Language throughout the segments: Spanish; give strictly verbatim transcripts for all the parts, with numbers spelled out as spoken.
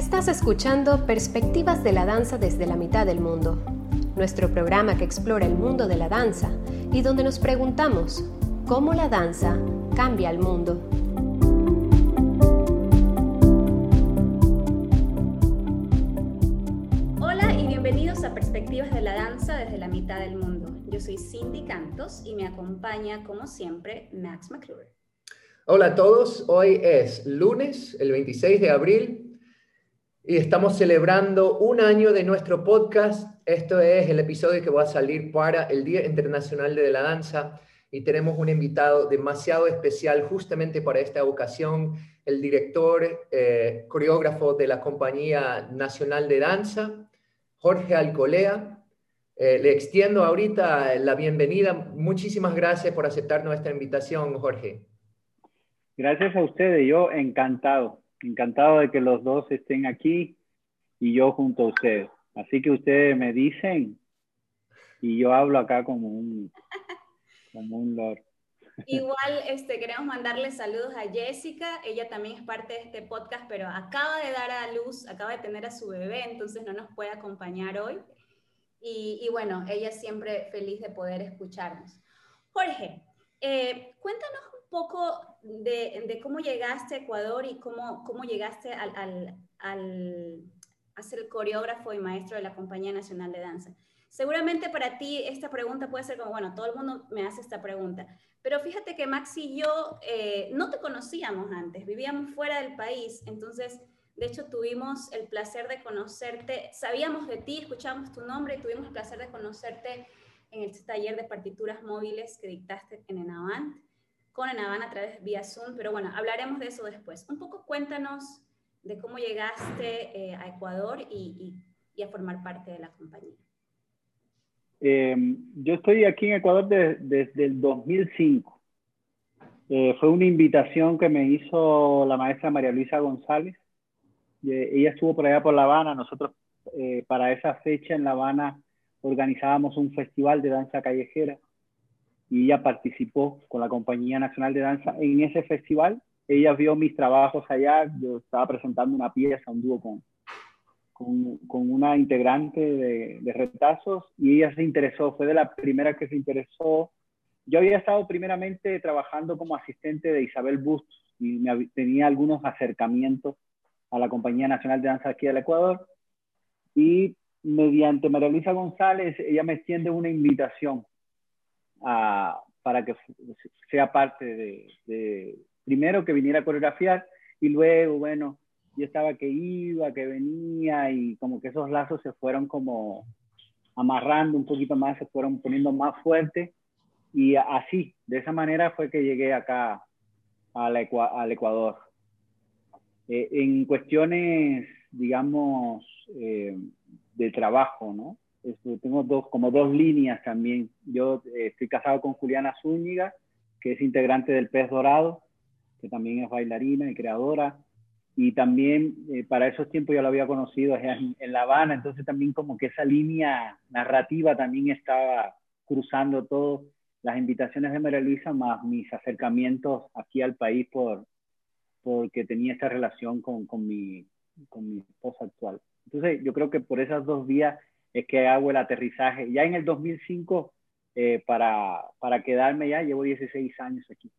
Estás escuchando Perspectivas de la Danza desde la mitad del mundo, nuestro programa que explora el mundo de la danza y donde nos preguntamos cómo la danza cambia el mundo. Hola y bienvenidos a Perspectivas de la Danza desde la mitad del mundo. Yo soy Cindy Cantos y me acompaña, como siempre, Max McClure. Hola a todos, hoy es lunes, el veintiséis de abril, y estamos celebrando un año de nuestro podcast. Esto es el episodio que va a salir para el Día Internacional de la Danza y tenemos un invitado demasiado especial justamente para esta ocasión, el director, eh, coreógrafo de la Compañía Nacional de Danza, Jorge Alcolea. Eh, le extiendo ahorita la bienvenida. Muchísimas gracias por aceptar nuestra invitación, Jorge. Gracias a ustedes, yo encantado, encantado de que los dos estén aquí y yo junto a ustedes. Así que ustedes me dicen y yo hablo acá como un, como un lord. Igual este, queremos mandarle saludos a Jessica, ella también es parte de este podcast, pero acaba de dar a luz, acaba de tener a su bebé, entonces no nos puede acompañar hoy. Y, y bueno, ella siempre feliz de poder escucharnos. Jorge, eh, cuéntanos un poco de, de cómo llegaste a Ecuador y cómo, cómo llegaste al, al, al, a ser coreógrafo y maestro de la Compañía Nacional de Danza. Seguramente para ti esta pregunta puede ser como, bueno, todo el mundo me hace esta pregunta, pero fíjate que Max y yo eh, no te conocíamos antes, vivíamos fuera del país, entonces de hecho tuvimos el placer de conocerte, sabíamos de ti, escuchábamos tu nombre y tuvimos el placer de conocerte en el taller de partituras móviles que dictaste en Enavant, con Enavant a través de vía Zoom, pero bueno, hablaremos de eso después. Un poco cuéntanos de cómo llegaste eh, a Ecuador y, y, y a formar parte de la compañía. Eh, yo estoy aquí en Ecuador de, desde el dos mil cinco. Eh, fue una invitación que me hizo la maestra María Luisa González. Eh, ella estuvo por allá por La Habana. Nosotros eh, para esa fecha en La Habana organizábamos un festival de danza callejera y ella participó con la Compañía Nacional de Danza en ese festival. Ella vio mis trabajos allá. Yo estaba presentando una pieza, un dúo con Con, con una integrante de, de retazos y ella se interesó, fue de la primera que se interesó. Yo había estado primeramente trabajando como asistente de Isabel Bustos y me, tenía algunos acercamientos a la Compañía Nacional de Danza aquí del Ecuador y mediante María Luisa González ella me extiende una invitación a, para que sea parte de, de, primero que viniera a coreografiar y luego, bueno, yo estaba que iba, que venía y como que esos lazos se fueron como amarrando un poquito más, se fueron poniendo más fuertes y así, de esa manera fue que llegué acá al, Ecu al Ecuador. Eh, en cuestiones, digamos, eh, de trabajo, ¿no? Esto, tengo dos, como dos líneas también. Yo eh, estoy casado con Juliana Zúñiga, que es integrante del Pez Dorado, que también es bailarina y creadora. Y también eh, para esos tiempos yo lo había conocido en, en La Habana, entonces también como que esa línea narrativa también estaba cruzando todo, las invitaciones de María Luisa más mis acercamientos aquí al país por, porque tenía esta relación con, con, mi, con mi esposa actual. Entonces yo creo que por esas dos vías es que hago el aterrizaje. Ya en el dos mil cinco, eh, para, para quedarme ya, llevo dieciséis años aquí.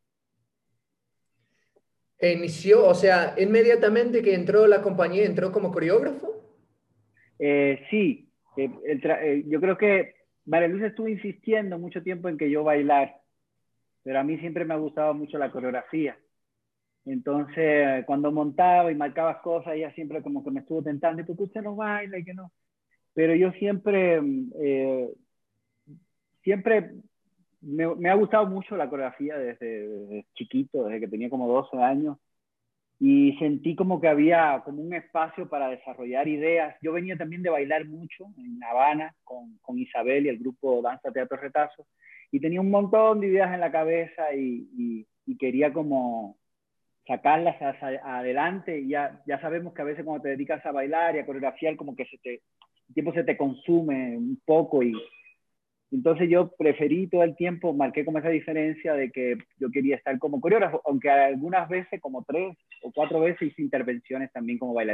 Inició, o sea, inmediatamente que entró la compañía, ¿entró como coreógrafo? Eh, sí, eh, el eh, yo creo que María Luisa estuvo insistiendo mucho tiempo en que yo bailar, pero a mí siempre me ha gustado mucho la coreografía. Entonces, cuando montaba y marcaba cosas, ella siempre como que me estuvo tentando, ¿y por qué usted no baila y que no? Pero yo siempre, eh, siempre me, me ha gustado mucho la coreografía desde, desde chiquito, desde que tenía como doce años. Y sentí como que había como un espacio para desarrollar ideas. Yo venía también de bailar mucho en La Habana con, con Isabel y el grupo Danza Teatro Retazo y tenía un montón de ideas en la cabeza y, y, y quería como sacarlas hacia adelante. Y ya, ya sabemos que a veces cuando te dedicas a bailar y a coreografiar como que se te, el tiempo se te consume un poco y entonces yo preferí todo el tiempo, marqué como esa diferencia de que yo quería estar como coreógrafo, aunque algunas veces, como tres o cuatro veces, hice intervenciones también como bailarín.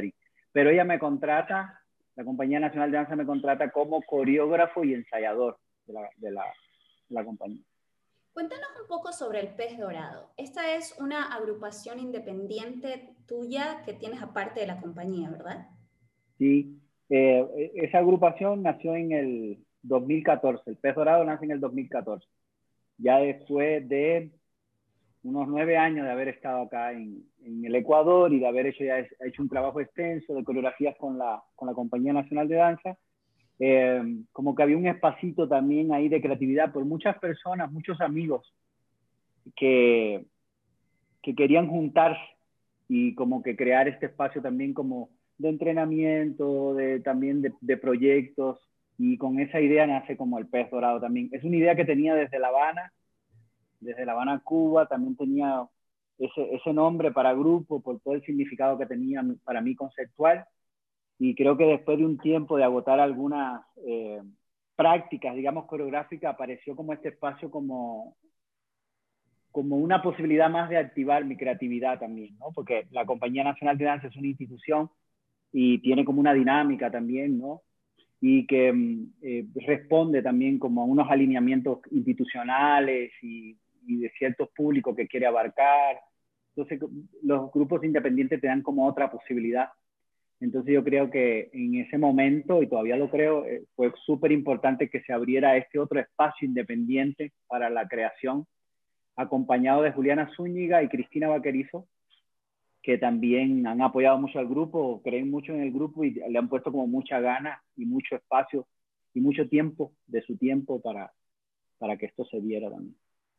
pero ella me contrata, la Compañía Nacional de Danza me contrata como coreógrafo y ensayador de la, de la, de la compañía. Cuéntanos un poco sobre el Pez Dorado. Esta es una agrupación independiente tuya que tienes aparte de la compañía, ¿verdad? Sí, eh, esa agrupación nació en el dos mil catorce, el Pez Dorado nace en el dos mil catorce, ya después de unos nueve años de haber estado acá en, en el Ecuador y de haber hecho, ya hecho un trabajo extenso de coreografías con la, con la Compañía Nacional de Danza. Eh, como que había un espacito también ahí de creatividad por muchas personas, muchos amigos que, que querían juntarse y como que crear este espacio también como de entrenamiento, de, también de, de proyectos, y con esa idea nace como el Pez Dorado también. Es una idea que tenía desde La Habana, desde La Habana, Cuba, también tenía ese, ese nombre para grupo por todo el significado que tenía para mí conceptual. Y creo que después de un tiempo de agotar algunas eh, prácticas, digamos, coreográficas, apareció como este espacio como, como una posibilidad más de activar mi creatividad también, ¿no? Porque la Compañía Nacional de Danza es una institución y tiene como una dinámica también, ¿no? Y que eh, responde también como a unos alineamientos institucionales y, y de ciertos públicos que quiere abarcar. Entonces, los grupos independientes te dan como otra posibilidad. Entonces yo creo que en ese momento, y todavía lo creo, eh, fue súper importante que se abriera este otro espacio independiente para la creación, acompañado de Juliana Zúñiga y Cristina Vaquerizo, que también han apoyado mucho al grupo, creen mucho en el grupo y le han puesto como mucha gana y mucho espacio y mucho tiempo de su tiempo para, para que esto se diera también.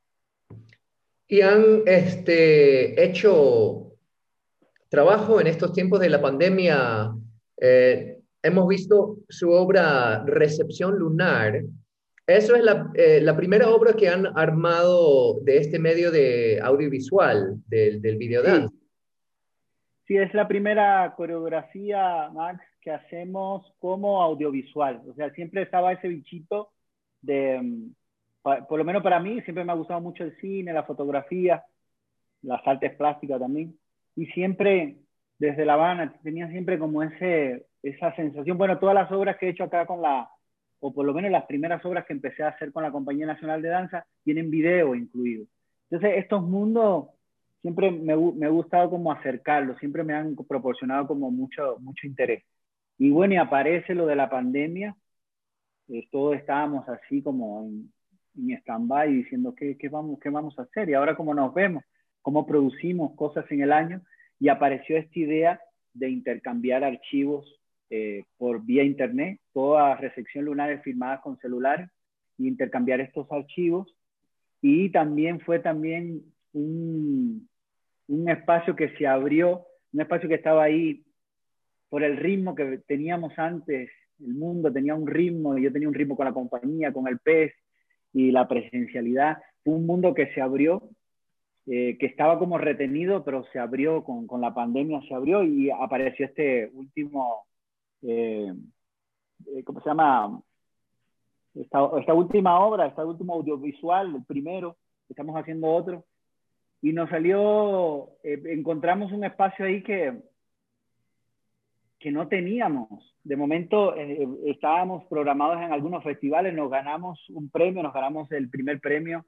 Y han este, hecho trabajo en estos tiempos de la pandemia. Eh, hemos visto su obra Recepción Lunar. Eso es la, eh, la primera obra que han armado de este medio de audiovisual, del, del videodance. Sí. Sí, es la primera coreografía, Max, que hacemos como audiovisual. O sea, siempre estaba ese bichito de, por lo menos para mí, siempre me ha gustado mucho el cine, la fotografía, las artes plásticas también. Y siempre, desde La Habana, tenía siempre como ese, esa sensación. Bueno, todas las obras que he hecho acá con la, o por lo menos las primeras obras que empecé a hacer con la Compañía Nacional de Danza, tienen video incluido. Entonces, estos mundos siempre me, me ha gustado como acercarlos, siempre me han proporcionado como mucho, mucho interés. Y bueno, y aparece lo de la pandemia, eh, todos estábamos así como en, en stand-by diciendo ¿qué, qué, vamos, qué vamos a hacer, y ahora cómo nos vemos, cómo producimos cosas en el año, y apareció esta idea de intercambiar archivos eh, por vía internet, todas recepción lunares firmadas con celulares, e intercambiar estos archivos. Y también fue también un, un espacio que se abrió, un espacio que estaba ahí por el ritmo que teníamos antes. El mundo tenía un ritmo y yo tenía un ritmo con la compañía, con el Pez y la presencialidad. Fue un mundo que se abrió, eh, que estaba como retenido, pero se abrió con, con la pandemia, se abrió y apareció este último, eh, ¿cómo se llama? Esta, esta última obra, este último audiovisual, el primero, estamos haciendo otro, y nos salió, eh, encontramos un espacio ahí que, que no teníamos. De momento eh, estábamos programados en algunos festivales, nos ganamos un premio, nos ganamos el primer premio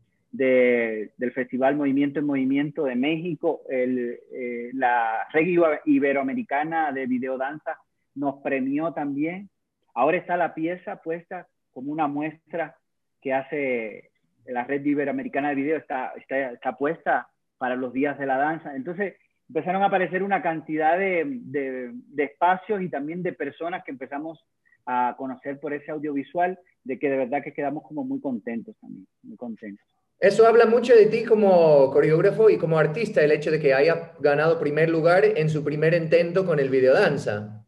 de, del Festival Movimiento en Movimiento de México, el, eh, la Red Iberoamericana de Videodanza nos premió también. Ahora está la pieza puesta como una muestra que hace la Red Iberoamericana de Video, está, está, está puesta para los días de la danza. Entonces empezaron a aparecer una cantidad de, de, de espacios y también de personas que empezamos a conocer por ese audiovisual, de que de verdad que quedamos como muy contentos también, muy contentos. Eso habla mucho de ti como coreógrafo y como artista, el hecho de que haya ganado primer lugar en su primer intento con el videodanza.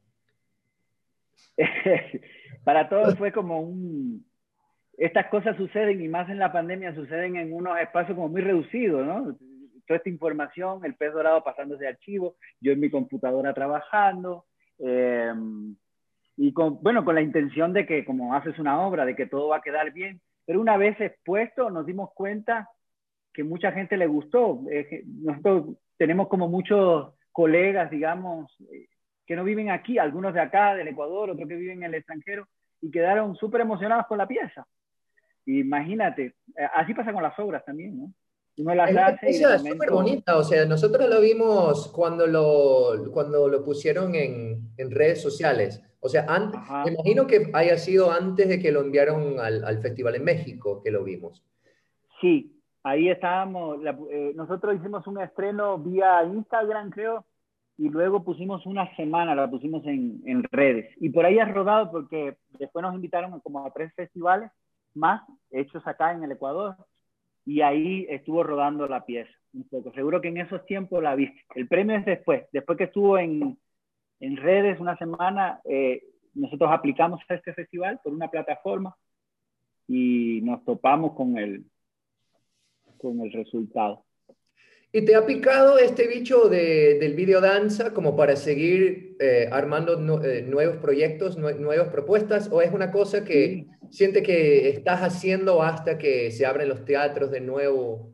Para todos fue como un... Estas cosas suceden, y más en la pandemia, suceden en unos espacios como muy reducidos, ¿no? Toda esta información, el Pez Dorado pasándose de archivo, yo en mi computadora trabajando, eh, y con, bueno, con la intención de que como haces una obra, de que todo va a quedar bien, pero una vez expuesto nos dimos cuenta que mucha gente le gustó. Eh, nosotros tenemos como muchos colegas, digamos, que no viven aquí, algunos de acá, del Ecuador, otros que viven en el extranjero, y quedaron súper emocionados con la pieza. Imagínate, así pasa con las obras también, ¿no? Uno las Esta hace y de pieza es súper momento... bonita, o sea, nosotros lo vimos cuando lo, cuando lo pusieron en, en redes sociales. O sea, antes, me Ajá. imagino que haya sido antes de que lo enviaron al, al festival en México, que lo vimos. Sí, ahí estábamos, la- eh, nosotros hicimos un estreno vía Instagram, creo, y luego pusimos una semana, la pusimos en, en redes. Y por ahí ha rodado porque después nos invitaron como a tres festivales más hechos acá en el Ecuador, y ahí estuvo rodando la pieza un poco. Seguro que en esos tiempos la viste. El premio es después, después que estuvo en, en redes una semana, eh, nosotros aplicamos a este festival por una plataforma y nos topamos con el, con el resultado. ¿Y te ha picado este bicho de, del videodanza como para seguir eh, armando nu- eh, nuevos proyectos, nue- nuevas propuestas? ¿O es una cosa que Sí, siente que estás haciendo hasta que se abren los teatros de nuevo?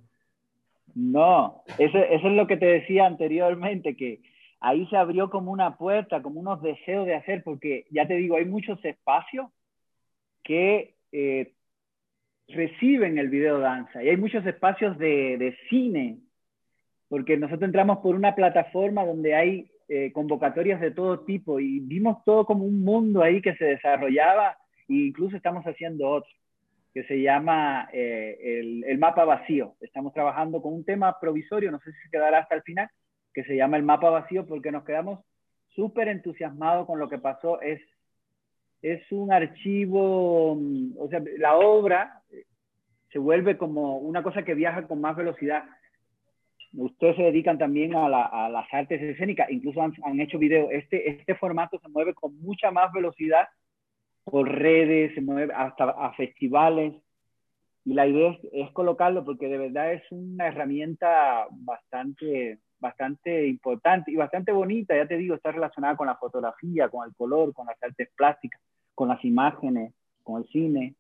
no, eso, eso es lo que te decía anteriormente, que ahí se abrió como una puerta, como unos deseos de hacer, porque ya te digo, hay muchos espacios que eh, reciben el video danza y hay muchos espacios de, de cine, porque nosotros entramos por una plataforma donde hay eh, convocatorias de todo tipo y vimos todo como un mundo ahí que se desarrollaba e incluso estamos haciendo otro que se llama eh, el, el mapa vacío. Estamos trabajando con un tema provisorio, no sé si se quedará hasta el final, que se llama el mapa vacío porque nos quedamos súper entusiasmados con lo que pasó. Es, es un archivo, o sea, la obra se vuelve como una cosa que viaja con más velocidad. Ustedes se dedican también a, la, a las artes escénicas, incluso han, han hecho videos. Este, este formato se mueve con mucha más velocidad por redes, se mueve hasta a festivales. Y la idea es, es colocarlo porque de verdad es una herramienta bastante, bastante importante y bastante bonita. Ya te digo, está relacionada con la fotografía, con el color, con las artes plásticas, con las imágenes, con el cine.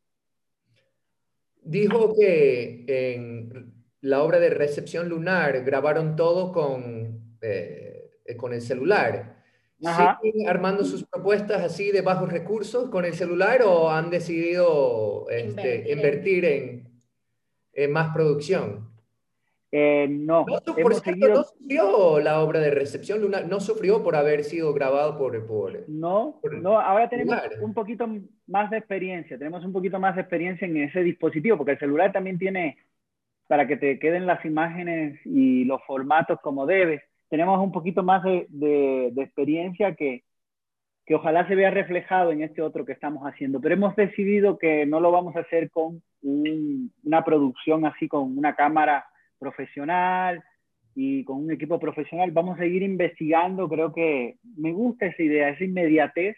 Dijo que en la obra de Recepción Lunar grabaron todo con, eh, con el celular. Ajá. ¿Siguen armando sus propuestas así de bajos recursos con el celular o han decidido este, Invertir en... invertir en, en más producción? Eh, No, no, su- por hemos cierto, no seguido, sufrió la obra de Recepción Lunar, no sufrió por haber sido grabado por, por, no, por no, ahora tenemos celular. un poquito más de experiencia, tenemos un poquito más de experiencia en ese dispositivo, porque el celular también tiene, para que te queden las imágenes y los formatos como debes, tenemos un poquito más de, de, de experiencia que, que ojalá se vea reflejado en este otro que estamos haciendo, pero hemos decidido que no lo vamos a hacer con un, una producción así, con una cámara profesional y con un equipo profesional. Vamos a seguir investigando, creo que me gusta esa idea, esa inmediatez,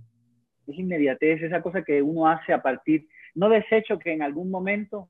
esa inmediatez, esa cosa que uno hace a partir, no desecho que en algún momento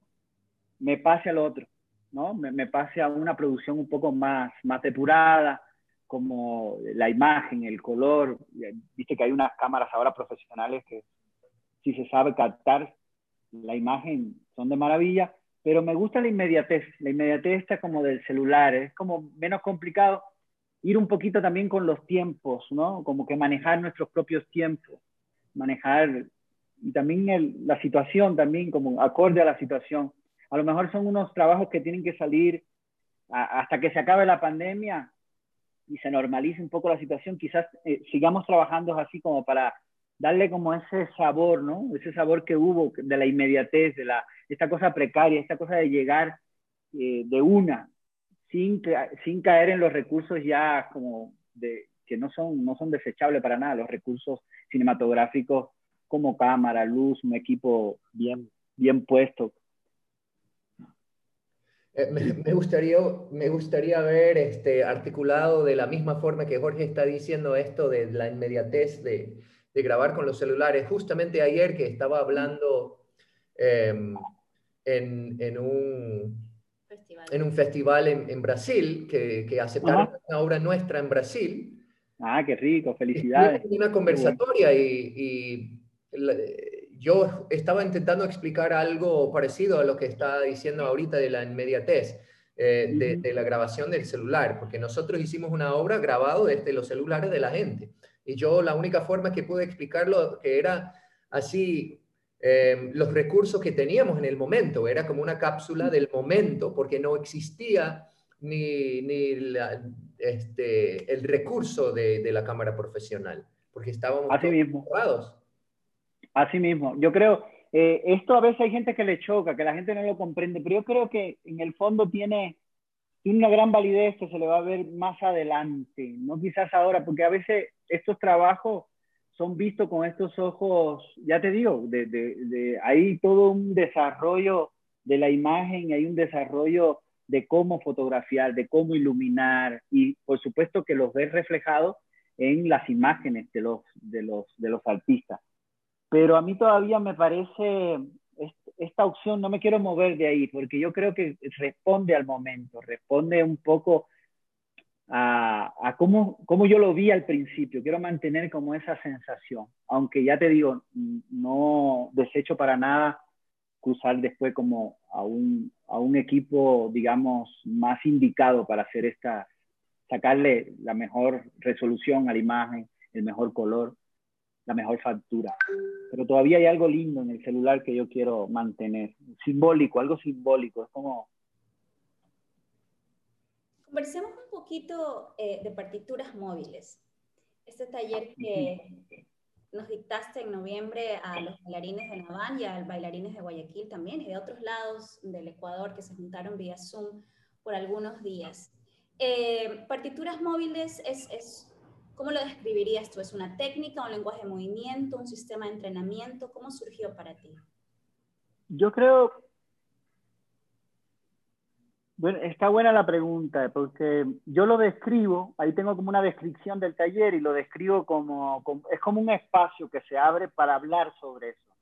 me pase al otro, ¿no? Me, me pase a una producción un poco más, más depurada, como la imagen, el color. Viste que hay unas cámaras ahora profesionales que si se sabe captar la imagen son de maravilla, pero me gusta la inmediatez, la inmediatez está como del celular, es como menos complicado ir un poquito también con los tiempos, ¿no? Como que manejar nuestros propios tiempos, manejar y también el, la situación también como acorde a la situación. A lo mejor son unos trabajos que tienen que salir a, hasta que se acabe la pandemia y se normalice un poco la situación. Quizás eh, sigamos trabajando así como para darle como ese sabor, ¿no? Ese sabor que hubo de la inmediatez, de la, esta cosa precaria, esta cosa de llegar eh, de una, sin, sin caer en los recursos ya como de, que no son, no son desechables para nada, los recursos cinematográficos como cámara, luz, un equipo bien, bien puesto. Eh, me, me gustaría, me gustaría ver este, articulado de la misma forma que Jorge está diciendo esto de la inmediatez de, de grabar con los celulares. Justamente ayer que estaba hablando eh, en, en, un, Festival. en un festival en, en Brasil, que, que aceptaron Ajá. una obra nuestra en Brasil, Ah, qué rico, estuvimos felicidades. en una Qué bueno. conversatoria y, y la- yo estaba intentando explicar algo parecido a lo que está diciendo ahorita de la inmediatez eh, de, Uh-huh. de la grabación del celular, porque nosotros hicimos una obra grabado desde los celulares de la gente. Y yo la única forma que pude explicarlo que era así, eh, los recursos que teníamos en el momento, era como una cápsula del momento, porque no existía ni, ni la, este, el recurso de, de la cámara profesional, porque estábamos Así todos mismo, cerrados. así mismo. Yo creo, eh, esto a veces hay gente que le choca, que la gente no lo comprende, pero yo creo que en el fondo tiene, tiene una gran validez que se le va a ver más adelante, no quizás ahora, porque a veces estos trabajos son vistos con estos ojos, ya te digo, de, de, de, hay todo un desarrollo de la imagen, hay un desarrollo de cómo fotografiar, de cómo iluminar, y por supuesto que los ves reflejados en las imágenes de los, de los, de los artistas. Pero a mí todavía me parece, esta opción, no me quiero mover de ahí, porque yo creo que responde al momento, responde un poco a, a cómo, cómo yo lo vi al principio. Quiero mantener como esa sensación, aunque ya te digo, no desecho para nada cruzar después como a un, a un equipo, digamos, más indicado para hacer esta, sacarle la mejor resolución a la imagen, el mejor color, la mejor factura. Pero todavía hay algo lindo en el celular que yo quiero mantener, simbólico, algo simbólico, es como... Conversemos un poquito eh, de partituras móviles. Este taller que nos dictaste en noviembre a los bailarines de Naván y a los bailarines de Guayaquil también, y de otros lados del Ecuador que se juntaron vía Zoom por algunos días. Eh, partituras móviles es... es ¿Cómo lo describirías tú? ¿Es una técnica, un lenguaje de movimiento, un sistema de entrenamiento? ¿Cómo surgió para ti? Yo creo, bueno, está buena la pregunta, porque yo lo describo, ahí tengo como una descripción del taller y lo describo como, como es como un espacio que se abre para hablar sobre eso,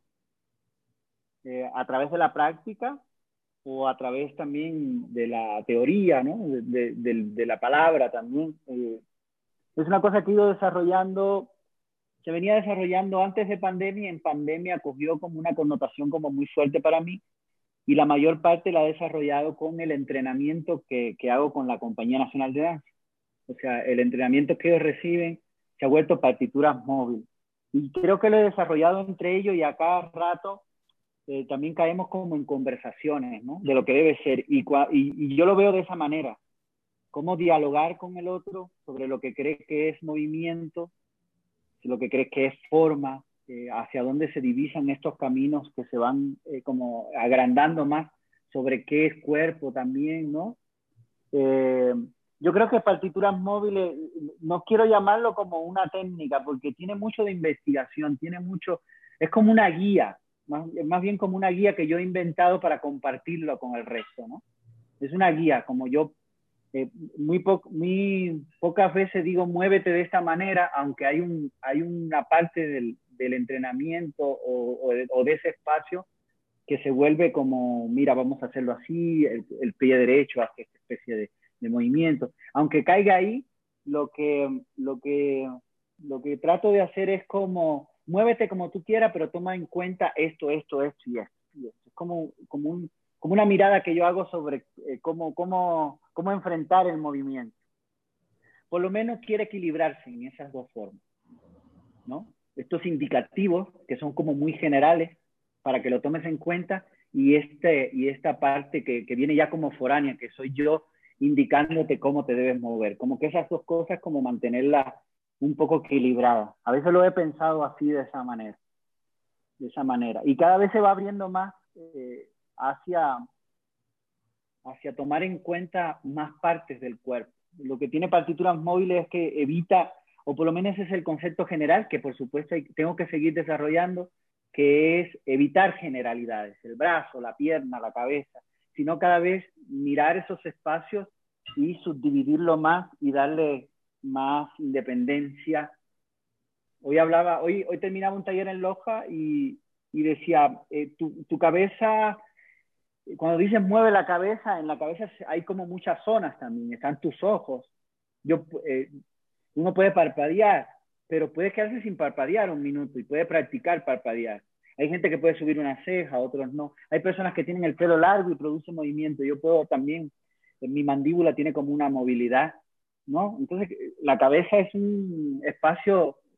eh, a través de la práctica o a través también de la teoría, ¿no? de, de, de, de la palabra también. Eh, es una cosa que he ido desarrollando, se venía desarrollando antes de pandemia, y en pandemia cogió como una connotación como muy fuerte para mí, y la mayor parte la he desarrollado con el entrenamiento que, que hago con la Compañía Nacional de Danza. O sea, el entrenamiento que ellos reciben se ha vuelto partituras móviles. Y creo que lo he desarrollado entre ellos, y a cada rato eh, también caemos como en conversaciones, ¿no? De lo que debe ser. Y, y, y yo lo veo de esa manera. Cómo dialogar con el otro sobre lo que cree que es movimiento, lo que cree que es forma, eh, hacia dónde se divisan estos caminos que se van eh, como agrandando más sobre qué es cuerpo también, ¿no? Eh, yo creo que partituras móviles, no quiero llamarlo como una técnica, porque tiene mucho de investigación, tiene mucho, es como una guía, más, más bien como una guía que yo he inventado para compartirlo con el resto, ¿no? Es una guía, como yo Eh, muy, po muy pocas veces digo muévete de esta manera, aunque hay, un, hay una parte del, del entrenamiento o, o, de, o de ese espacio que se vuelve como, mira, vamos a hacerlo así, el, el pie derecho hace esta especie de, de movimiento. Aunque caiga ahí, lo que, lo, que, lo que trato de hacer es como, muévete como tú quieras, pero toma en cuenta esto, esto, esto y esto. Y esto. Es como, como un... como una mirada que yo hago sobre eh, cómo, cómo, cómo enfrentar el movimiento. Por lo menos quiere equilibrarse en esas dos formas, ¿no? Estos indicativos, que son como muy generales, para que lo tomes en cuenta, y, este, y esta parte que, que viene ya como foránea, que soy yo indicándote cómo te debes mover. Como que esas dos cosas, como mantenerlas un poco equilibradas. A veces lo he pensado así, de esa manera. De esa manera. Y cada vez se va abriendo más eh, hacia, hacia tomar en cuenta más partes del cuerpo. Lo que tiene partituras móviles es que evita, o por lo menos ese es el concepto general, que por supuesto tengo que seguir desarrollando, que es evitar generalidades, el brazo, la pierna, la cabeza, sino cada vez mirar esos espacios y subdividirlo más y darle más independencia. Hoy hablaba, hoy, hoy terminaba un taller en Loja y, y decía, eh, tu, tu cabeza, cuando dices mueve la cabeza, en la cabeza hay como muchas zonas también, están tus ojos. Yo, eh, uno puede parpadear, pero puede quedarse sin parpadear un minuto y puede practicar parpadear. Hay gente que puede subir una ceja, otros no. Hay personas que tienen el pelo largo y producen movimiento. Yo puedo también, mi mandíbula tiene como una movilidad, ¿no? Entonces, la cabeza es un espacio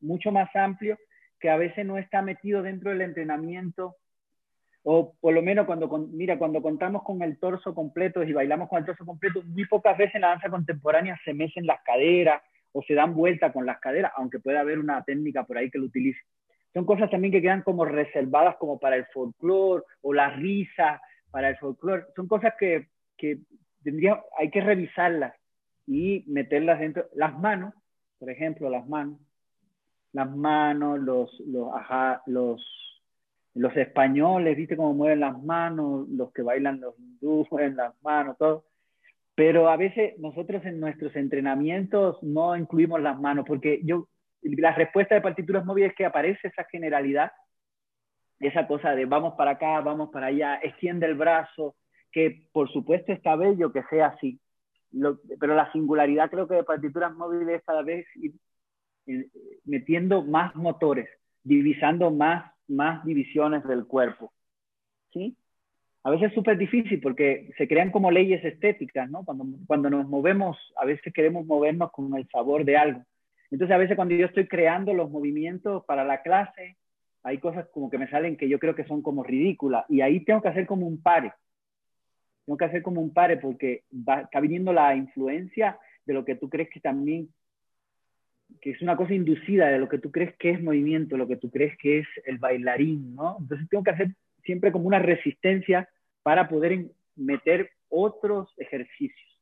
mucho más amplio que a veces no está metido dentro del entrenamiento, o por lo menos cuando, mira, cuando contamos con el torso completo y bailamos con el torso completo, muy pocas veces en la danza contemporánea se mecen las caderas o se dan vuelta con las caderas, aunque pueda haber una técnica por ahí que lo utilice. Son cosas también que quedan como reservadas como para el folclore, o la risa para el folclore. Son cosas que, que tendría, hay que revisarlas y meterlas dentro. Las manos, por ejemplo, las manos. Las manos, los, los, ajá, los, los españoles, ¿viste cómo mueven las manos? Los que bailan los hindúes mueven las manos, todo. Pero a veces nosotros en nuestros entrenamientos no incluimos las manos, porque yo, la respuesta de partituras móviles es que aparece esa generalidad, esa cosa de vamos para acá, vamos para allá, extiende el brazo, que por supuesto está bello que sea así. Lo, pero la singularidad creo que de partituras móviles es cada vez ir eh, metiendo más motores, divisando más, más divisiones del cuerpo, ¿sí? A veces es súper difícil porque se crean como leyes estéticas, ¿no? Cuando, cuando nos movemos, a veces queremos movernos con el sabor de algo. Entonces, a veces cuando yo estoy creando los movimientos para la clase, hay cosas como que me salen que yo creo que son como ridículas. Y ahí tengo que hacer como un pare. Tengo que hacer como un pare porque va, está viniendo la influencia de lo que tú crees que también, que es una cosa inducida, de lo que tú crees que es movimiento, lo que tú crees que es el bailarín, ¿no? Entonces tengo que hacer siempre como una resistencia para poder meter otros ejercicios.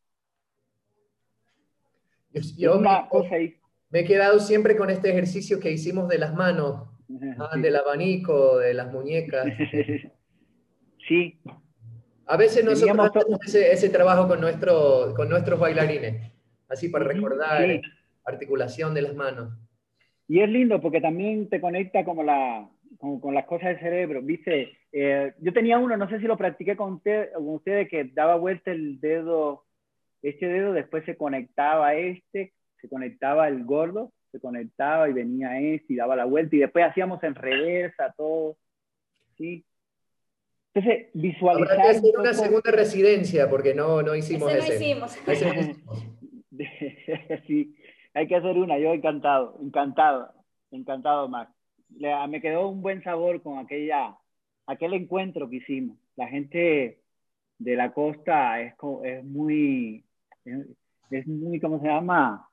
Yo, yo es una me, cosa ahí. me he quedado siempre con este ejercicio que hicimos de las manos, ah, Sí. del abanico, de las muñecas. Sí. A veces nosotros Teníamos hacemos ese, ese trabajo con, nuestro, con nuestros bailarines, así para uh-huh. recordar Sí. articulación de las manos. Y es lindo porque también te conecta como la, como con las cosas del cerebro, ¿viste? Eh, yo tenía uno, no sé si lo practiqué con, usted, con ustedes, que daba vuelta el dedo, este dedo, después se conectaba a este, se conectaba el gordo, se conectaba y venía este y daba la vuelta y después hacíamos en reversa todo, ¿sí? Entonces, visualizar Habrá que hacer un una poco... segunda residencia porque no, no hicimos ese. ese. No hicimos. Ese no hicimos. Sí, hay que hacer una, yo encantado, encantado, encantado, Max. Le, me quedó un buen sabor con aquella, aquel encuentro que hicimos. La gente de la costa es, es muy, es, es muy, ¿cómo se llama?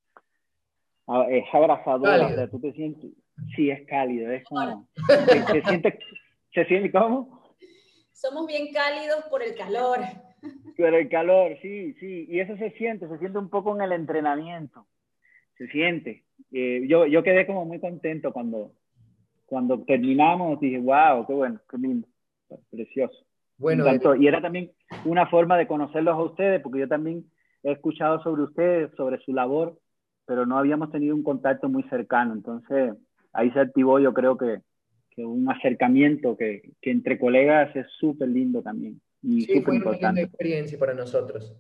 Es abrazadora, o sea, tú te sientes, sí, es cálido, es como, se, se siente, se siente, ¿cómo? Somos bien cálidos por el calor. Por el calor, sí, sí, y eso se siente, se siente un poco en el entrenamiento, se siente. Eh, yo, yo quedé como muy contento cuando, cuando terminamos, dije, wow, qué bueno, qué lindo, precioso. Bueno, me encantó. Y era también una forma de conocerlos a ustedes, porque yo también he escuchado sobre ustedes, sobre su labor, pero no habíamos tenido un contacto muy cercano. Entonces, ahí se activó, yo creo que, que un acercamiento que, que entre colegas es súper lindo también. Y sí, fue importante. una linda experiencia para nosotros.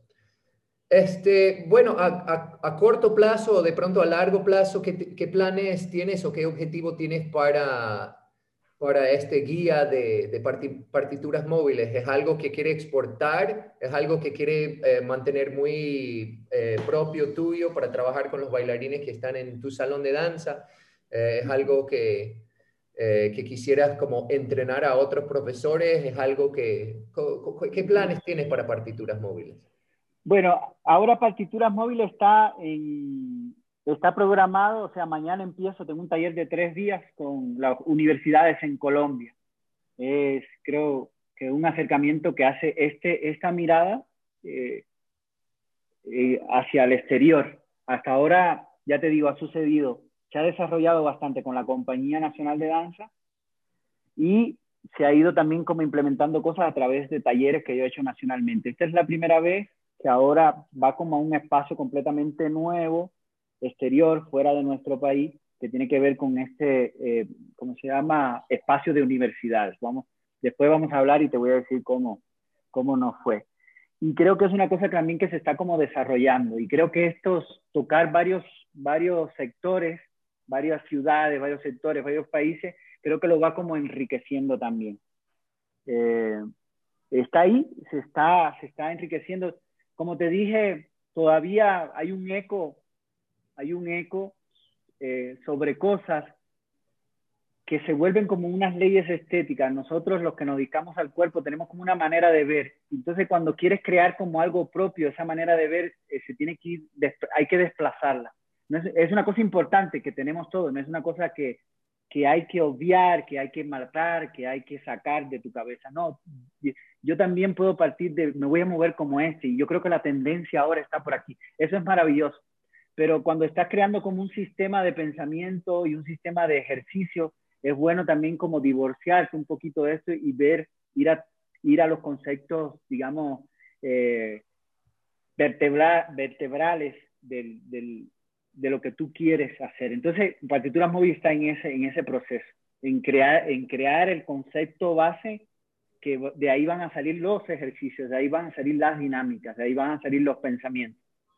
Este, bueno, a, a, a corto plazo o de pronto a largo plazo, ¿qué, qué planes tienes o qué objetivo tienes para, para este guía de, de partituras móviles? ¿Es algo que quiere exportar? ¿Es algo que quiere eh, mantener muy eh, propio tuyo para trabajar con los bailarines que están en tu salón de danza? Eh, ¿Es algo que, eh, que quisieras como entrenar a otros profesores? ¿Es algo que... ¿Qué planes tienes para partituras móviles? Bueno, ahora Partituras Móviles está, en, está programado, o sea, mañana empiezo, tengo un taller de tres días con las universidades en Colombia. Es, creo, que un acercamiento que hace este, esta mirada eh, eh, hacia el exterior. Hasta ahora, ya te digo, ha sucedido, se ha desarrollado bastante con la Compañía Nacional de Danza y se ha ido también como implementando cosas a través de talleres que yo he hecho nacionalmente. Esta es la primera vez que ahora va como a un espacio completamente nuevo, exterior, fuera de nuestro país, que tiene que ver con este, eh, ¿cómo se llama? Espacio de universidades. Vamos, después vamos a hablar y te voy a decir cómo, cómo nos fue. Y creo que es una cosa también que se está como desarrollando. Y creo que estos, tocar varios, varios sectores, varias ciudades, varios sectores, varios países, creo que lo va como enriqueciendo también. Eh, está ahí, se está, se está enriqueciendo. Como te dije, todavía hay un eco, hay un eco eh, sobre cosas que se vuelven como unas leyes estéticas. Nosotros, los que nos dedicamos al cuerpo, tenemos como una manera de ver. Entonces, cuando quieres crear como algo propio, esa manera de ver, eh, se tiene que ir, hay que desplazarla. No es, es una cosa importante que tenemos todos, no es una cosa que, que hay que obviar, que hay que matar, que hay que sacar de tu cabeza. No, yo también puedo partir de, me voy a mover como este, y yo creo que la tendencia ahora está por aquí. Eso es maravilloso. Pero cuando estás creando como un sistema de pensamiento y un sistema de ejercicio, es bueno también como divorciarse un poquito de esto y ver, ir a, ir a los conceptos, digamos, eh, vertebra, vertebrales del, del, de lo que tú quieres hacer. Entonces, Partituras Móviles está en ese, en ese proceso, en crear, en crear el concepto base, que de ahí van a salir los ejercicios, de ahí van a salir las dinámicas, de ahí van a salir los pensamientos.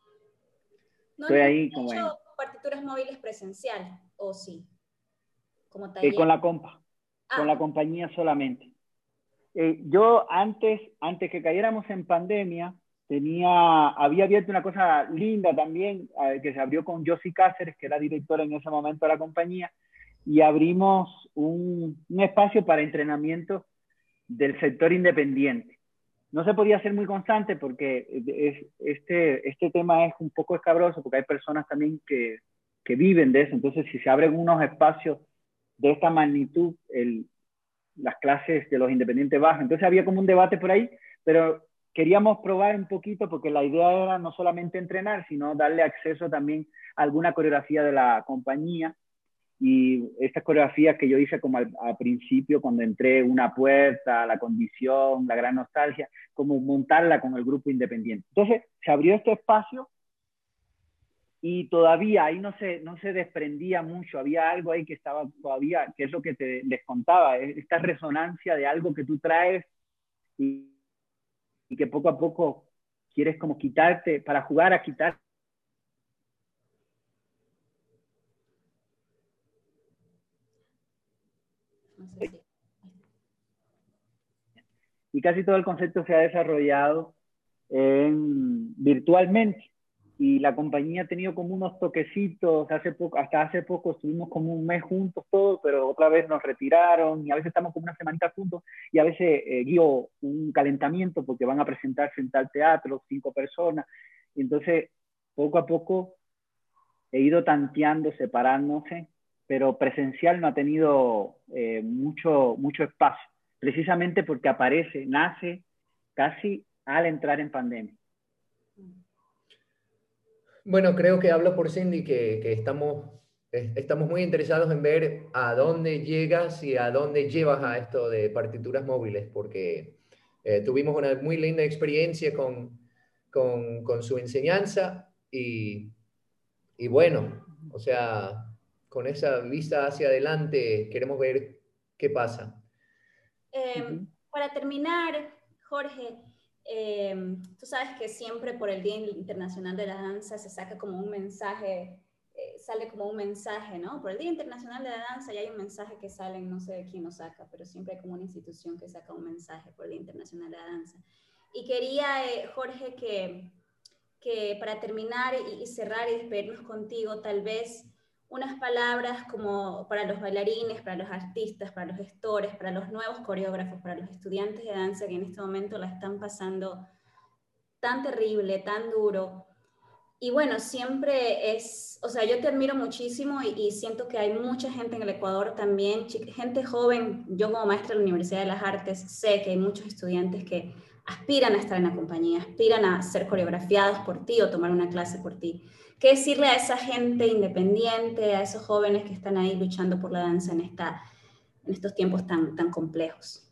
¿No Estoy has ahí hecho como en, Partituras Móviles presencial o sí? Como eh, con la compa, ah. con la compañía solamente. Eh, yo antes, antes que cayéramos en pandemia, tenía, había abierto una cosa linda también, eh, que se abrió con Josie Cáceres, que era directora en ese momento de la compañía, y abrimos un, un espacio para entrenamiento del sector independiente. No se podía ser muy constante porque es, este, este tema es un poco escabroso, porque hay personas también que, que viven de eso. Entonces, si se abren unos espacios de esta magnitud, el, las clases de los independientes bajan. Entonces había como un debate por ahí, pero queríamos probar un poquito porque la idea era no solamente entrenar, sino darle acceso también a alguna coreografía de la compañía. Y estas coreografías que yo hice como al, al principio, cuando entré, Una Puerta, La Condición, La Gran Nostalgia, como montarla con el grupo independiente. Entonces se abrió este espacio y todavía ahí no se, no se desprendía mucho, había algo ahí que estaba todavía, que es lo que te, les contaba, esta resonancia de algo que tú traes y, y que poco a poco quieres como quitarte, para jugar a quitar. No sé si... Y casi todo el concepto se ha desarrollado en, virtualmente. Y la compañía ha tenido como unos toquecitos, hace poco, hasta hace poco estuvimos como un mes juntos todos, pero otra vez nos retiraron y a veces estamos como una semanita juntos y a veces eh, guío un calentamiento porque van a presentarse en tal teatro, cinco personas. Y entonces, poco a poco he ido tanteando, separándose, pero presencial no ha tenido eh, mucho, mucho espacio, precisamente porque aparece, nace casi al entrar en pandemia. Bueno, creo que hablo por Cindy, que, que estamos, eh, estamos muy interesados en ver a dónde llegas y a dónde llevas a esto de Partituras Móviles, porque eh, tuvimos una muy linda experiencia con, con, con su enseñanza y, y bueno, o sea, con esa vista hacia adelante queremos ver qué pasa. Eh, uh-huh. Para terminar, Jorge, eh, tú sabes que siempre por el Día Internacional de la Danza se saca como un mensaje, eh, sale como un mensaje, ¿no? Por el Día Internacional de la Danza ya hay un mensaje que sale, no sé de quién lo saca, pero siempre hay como una institución que saca un mensaje por el Día Internacional de la Danza. Y quería, eh, Jorge, que, que para terminar y, y cerrar y despedirnos contigo, tal vez unas palabras como para los bailarines, para los artistas, para los gestores, para los nuevos coreógrafos, para los estudiantes de danza que en este momento la están pasando tan terrible, tan duro. Y bueno, siempre es, o sea, yo te admiro muchísimo y, y siento que hay mucha gente en el Ecuador también, gente joven. Yo como maestra de la Universidad de las Artes sé que hay muchos estudiantes que aspiran a estar en la compañía, aspiran a ser coreografiados por ti o tomar una clase por ti. ¿Qué decirle a esa gente independiente, a esos jóvenes que están ahí luchando por la danza en, esta, en estos tiempos tan, tan complejos?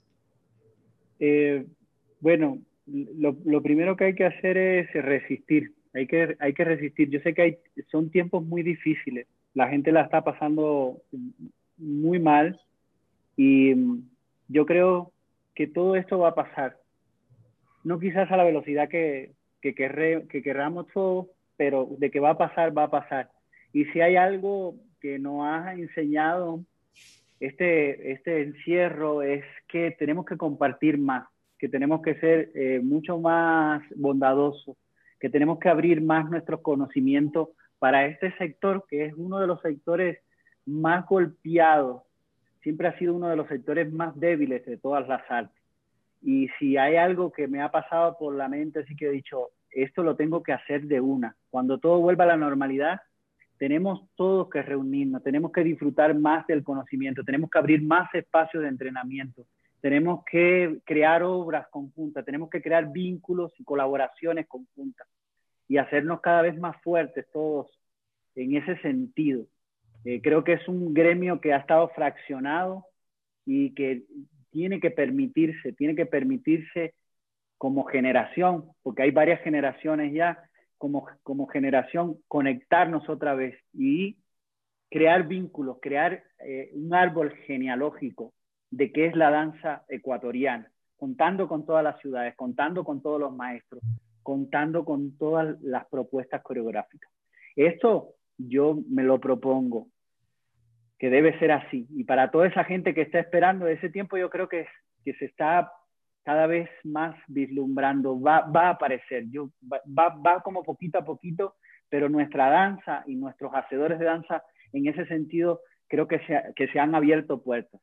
Eh, bueno, lo, lo primero que hay que hacer es resistir. Hay que, hay que resistir. Yo sé que hay, son tiempos muy difíciles. La gente la está pasando muy mal y yo creo que todo esto va a pasar. No quizás a la velocidad que, que, querré, que querramos todos, pero de que va a pasar, va a pasar. Y si hay algo que nos ha enseñado este, este encierro es que tenemos que compartir más, que tenemos que ser eh, mucho más bondadosos, que tenemos que abrir más nuestros conocimientos para este sector, que es uno de los sectores más golpeados, siempre ha sido uno de los sectores más débiles de todas las artes. Y si hay algo que me ha pasado por la mente, así que he dicho, esto lo tengo que hacer de una. Cuando todo vuelva a la normalidad, tenemos todos que reunirnos, tenemos que disfrutar más del conocimiento, tenemos que abrir más espacios de entrenamiento, tenemos que crear obras conjuntas, tenemos que crear vínculos y colaboraciones conjuntas y hacernos cada vez más fuertes todos en ese sentido. Eh, creo que es un gremio que ha estado fraccionado y que tiene que permitirse, tiene que permitirse como generación, porque hay varias generaciones ya, como, como generación, conectarnos otra vez y crear vínculos, crear eh, un árbol genealógico de qué es la danza ecuatoriana, contando con todas las ciudades, contando con todos los maestros, contando con todas las propuestas coreográficas. Esto yo me lo propongo, que debe ser así. Y para toda esa gente que está esperando ese tiempo, yo creo que, que se está cada vez más vislumbrando, va, va a aparecer, yo, va, va como poquito a poquito, pero nuestra danza y nuestros hacedores de danza, en ese sentido, creo que se, que se han abierto puertas.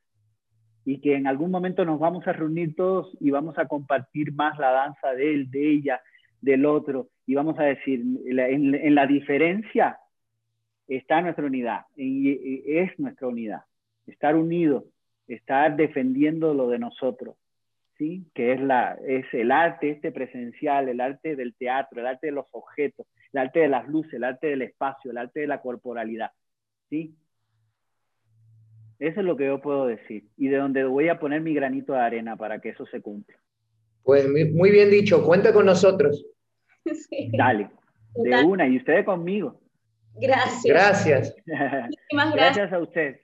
Y que en algún momento nos vamos a reunir todos y vamos a compartir más la danza de él, de ella, del otro. Y vamos a decir, en, en la diferencia está nuestra unidad, y es nuestra unidad. Estar unidos, estar defendiendo lo de nosotros, ¿sí? Que es, la, es el arte este presencial, el arte del teatro, el arte de los objetos, el arte de las luces, el arte del espacio, el arte de la corporalidad, ¿sí? Eso es lo que yo puedo decir, y de donde voy a poner mi granito de arena para que eso se cumpla. Pues muy bien dicho, cuenta con nosotros. Sí. Dale, de una, y ustedes conmigo. Gracias. Gracias. Muchísimas gracias. Gracias a ustedes.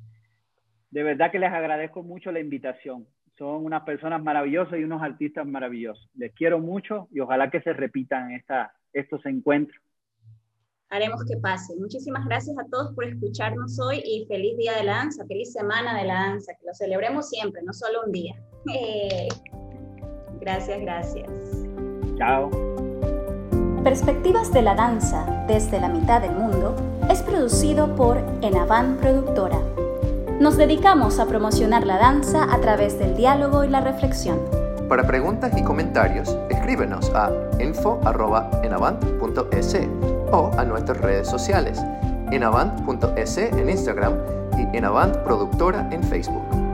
De verdad que les agradezco mucho la invitación. Son unas personas maravillosas y unos artistas maravillosos. Les quiero mucho y ojalá que se repitan esta, estos encuentros. Haremos que pase. Muchísimas gracias a todos por escucharnos hoy y feliz Día de la Danza, feliz Semana de la Danza, que lo celebremos siempre, no solo un día. Eh, gracias, gracias. Chao. Perspectivas de la danza desde la mitad del mundo es producido por Enavan Productora. Nos dedicamos a promocionar la danza a través del diálogo y la reflexión. Para preguntas y comentarios, escríbenos a info arroba enavant punto es o a nuestras redes sociales, enavant punto es en Instagram y Enavant Productora en Facebook.